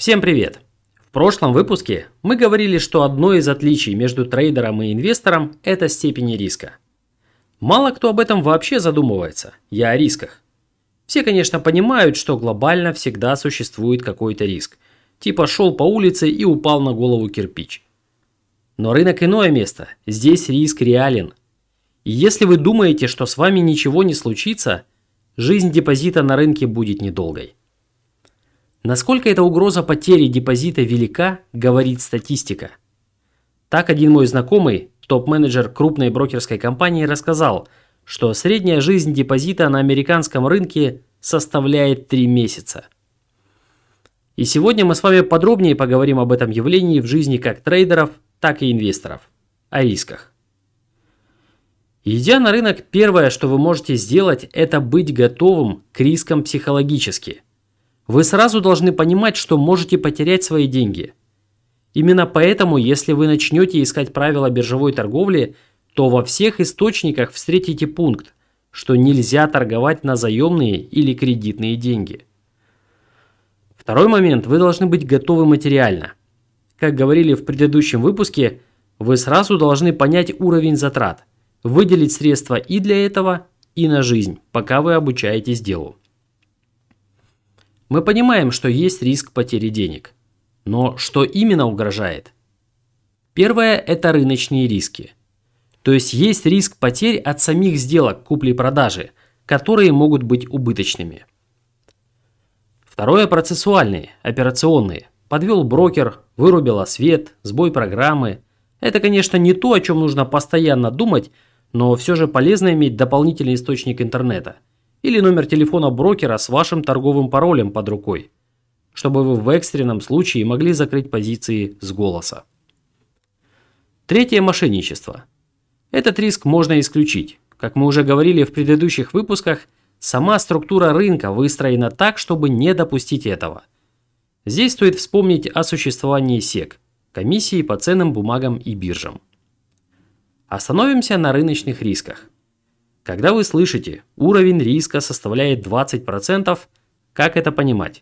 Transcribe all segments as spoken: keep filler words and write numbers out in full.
Всем привет! В прошлом выпуске мы говорили, что одно из отличий между трейдером и инвестором – это степень риска. Мало кто об этом вообще задумывается, я о рисках. Все, конечно, понимают, что глобально всегда существует какой-то риск. Типа шел по улице и упал на голову кирпич. Но рынок иное место, здесь риск реален. И если вы думаете, что с вами ничего не случится, жизнь депозита на рынке будет недолгой. Насколько эта угроза потери депозита велика, говорит статистика. Так один мой знакомый, топ-менеджер крупной брокерской компании, рассказал, что средняя жизнь депозита на американском рынке составляет три месяца. И сегодня мы с вами подробнее поговорим об этом явлении в жизни как трейдеров, так и инвесторов. О рисках. Идя на рынок, первое, что вы можете сделать, это быть готовым к рискам психологически. Вы сразу должны понимать, что можете потерять свои деньги. Именно поэтому, если вы начнете искать правила биржевой торговли, то во всех источниках встретите пункт, что нельзя торговать на заемные или кредитные деньги. Второй момент, вы должны быть готовы материально. Как говорили в предыдущем выпуске, вы сразу должны понять уровень затрат, выделить средства и для этого, и на жизнь, пока вы обучаетесь делу. Мы понимаем, что есть риск потери денег. Но что именно угрожает? Первое – это рыночные риски. То есть есть риск потерь от самих сделок купли-продажи, которые могут быть убыточными. Второе – процессуальные, операционные. Подвел брокер, вырубила свет, сбой программы. Это, конечно, не то, о чем нужно постоянно думать, но все же полезно иметь дополнительный источник интернета. Или номер телефона брокера с вашим торговым паролем под рукой, чтобы вы в экстренном случае могли закрыть позиции с голоса. Третье – мошенничество. Этот риск можно исключить. Как мы уже говорили в предыдущих выпусках, сама структура рынка выстроена так, чтобы не допустить этого. Здесь стоит вспомнить о существовании сек – комиссии по ценным бумагам и биржам. Остановимся на рыночных рисках. Когда вы слышите, уровень риска составляет двадцать процентов, как это понимать?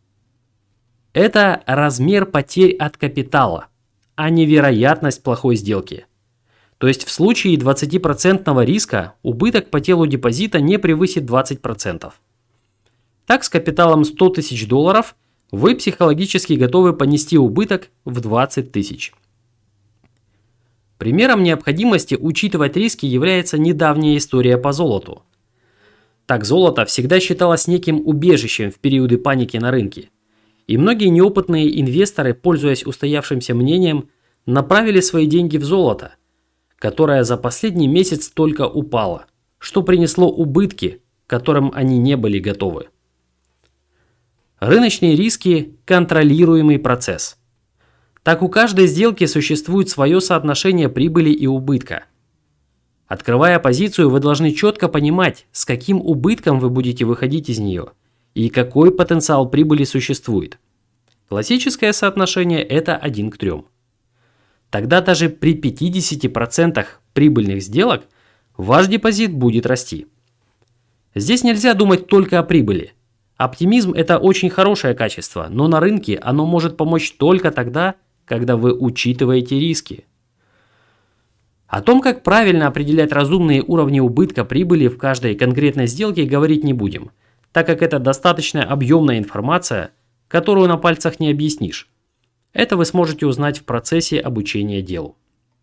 Это размер потерь от капитала, а не вероятность плохой сделки. То есть в случае двадцатипроцентного риска убыток по телу депозита не превысит двадцать процентов. Так, с капиталом сто тысяч долларов вы психологически готовы понести убыток в двадцать тысяч. Примером необходимости учитывать риски является недавняя история по золоту. Так, золото всегда считалось неким убежищем в периоды паники на рынке. И многие неопытные инвесторы, пользуясь устоявшимся мнением, направили свои деньги в золото, которое за последний месяц только упало, что принесло убытки, к которым они не были готовы. Рыночные риски – контролируемый процесс. Так у каждой сделки существует свое соотношение прибыли и убытка. Открывая позицию, вы должны четко понимать, с каким убытком вы будете выходить из нее и какой потенциал прибыли существует. Классическое соотношение – это один к трем. Тогда даже при пятидесяти процентах прибыльных сделок ваш депозит будет расти. Здесь нельзя думать только о прибыли. Оптимизм – это очень хорошее качество, но на рынке оно может помочь только тогда, когда вы учитываете риски. О том, как правильно определять разумные уровни убытка прибыли в каждой конкретной сделке, говорить не будем, так как это достаточно объемная информация, которую на пальцах не объяснишь. Это вы сможете узнать в процессе обучения делу.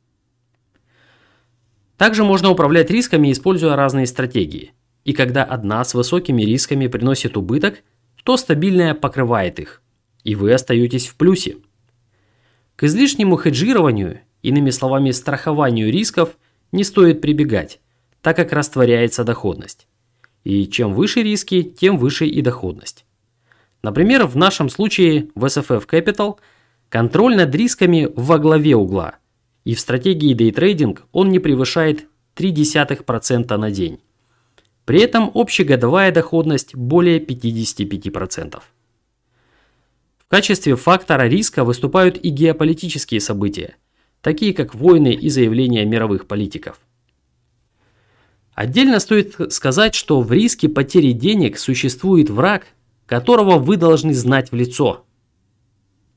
Также можно управлять рисками, используя разные стратегии. И когда одна с высокими рисками приносит убыток, то стабильная покрывает их, и вы остаетесь в плюсе. К излишнему хеджированию, иными словами страхованию рисков, не стоит прибегать, так как растворяется доходность. И чем выше риски, тем выше и доходность. Например, в нашем случае в эс эф эф Capital контроль над рисками во главе угла, и в стратегии дейтрейдинг он не превышает ноль целых три десятых процента на день. При этом общегодовая доходность более пятидесяти пяти процентов. В качестве фактора риска выступают и геополитические события, такие как войны и заявления мировых политиков. Отдельно стоит сказать, что в риске потери денег существует враг, которого вы должны знать в лицо.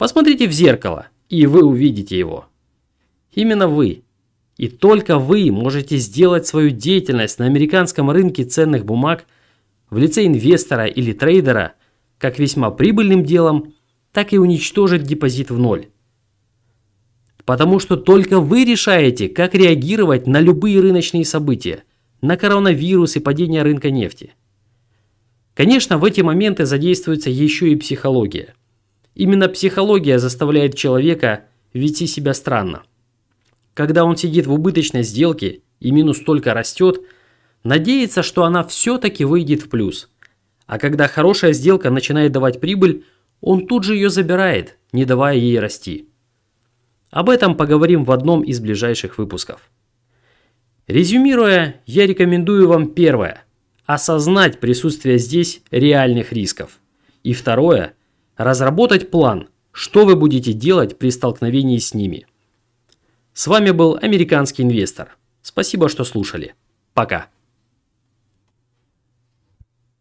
Посмотрите в зеркало, и вы увидите его. Именно вы. И только вы можете сделать свою деятельность на американском рынке ценных бумаг в лице инвестора или трейдера как весьма прибыльным делом, так и уничтожить депозит в ноль. Потому что только вы решаете, как реагировать на любые рыночные события, на коронавирус и падение рынка нефти. Конечно, в эти моменты задействуется еще и психология. Именно психология заставляет человека вести себя странно. Когда он сидит в убыточной сделке и минус только растет, надеется, что она все-таки выйдет в плюс. А когда хорошая сделка начинает давать прибыль, он тут же ее забирает, не давая ей расти. Об этом поговорим в одном из ближайших выпусков. Резюмируя, я рекомендую вам первое – осознать присутствие здесь реальных рисков. И второе – разработать план, что вы будете делать при столкновении с ними. С вами был Американский инвестор. Спасибо, что слушали. Пока.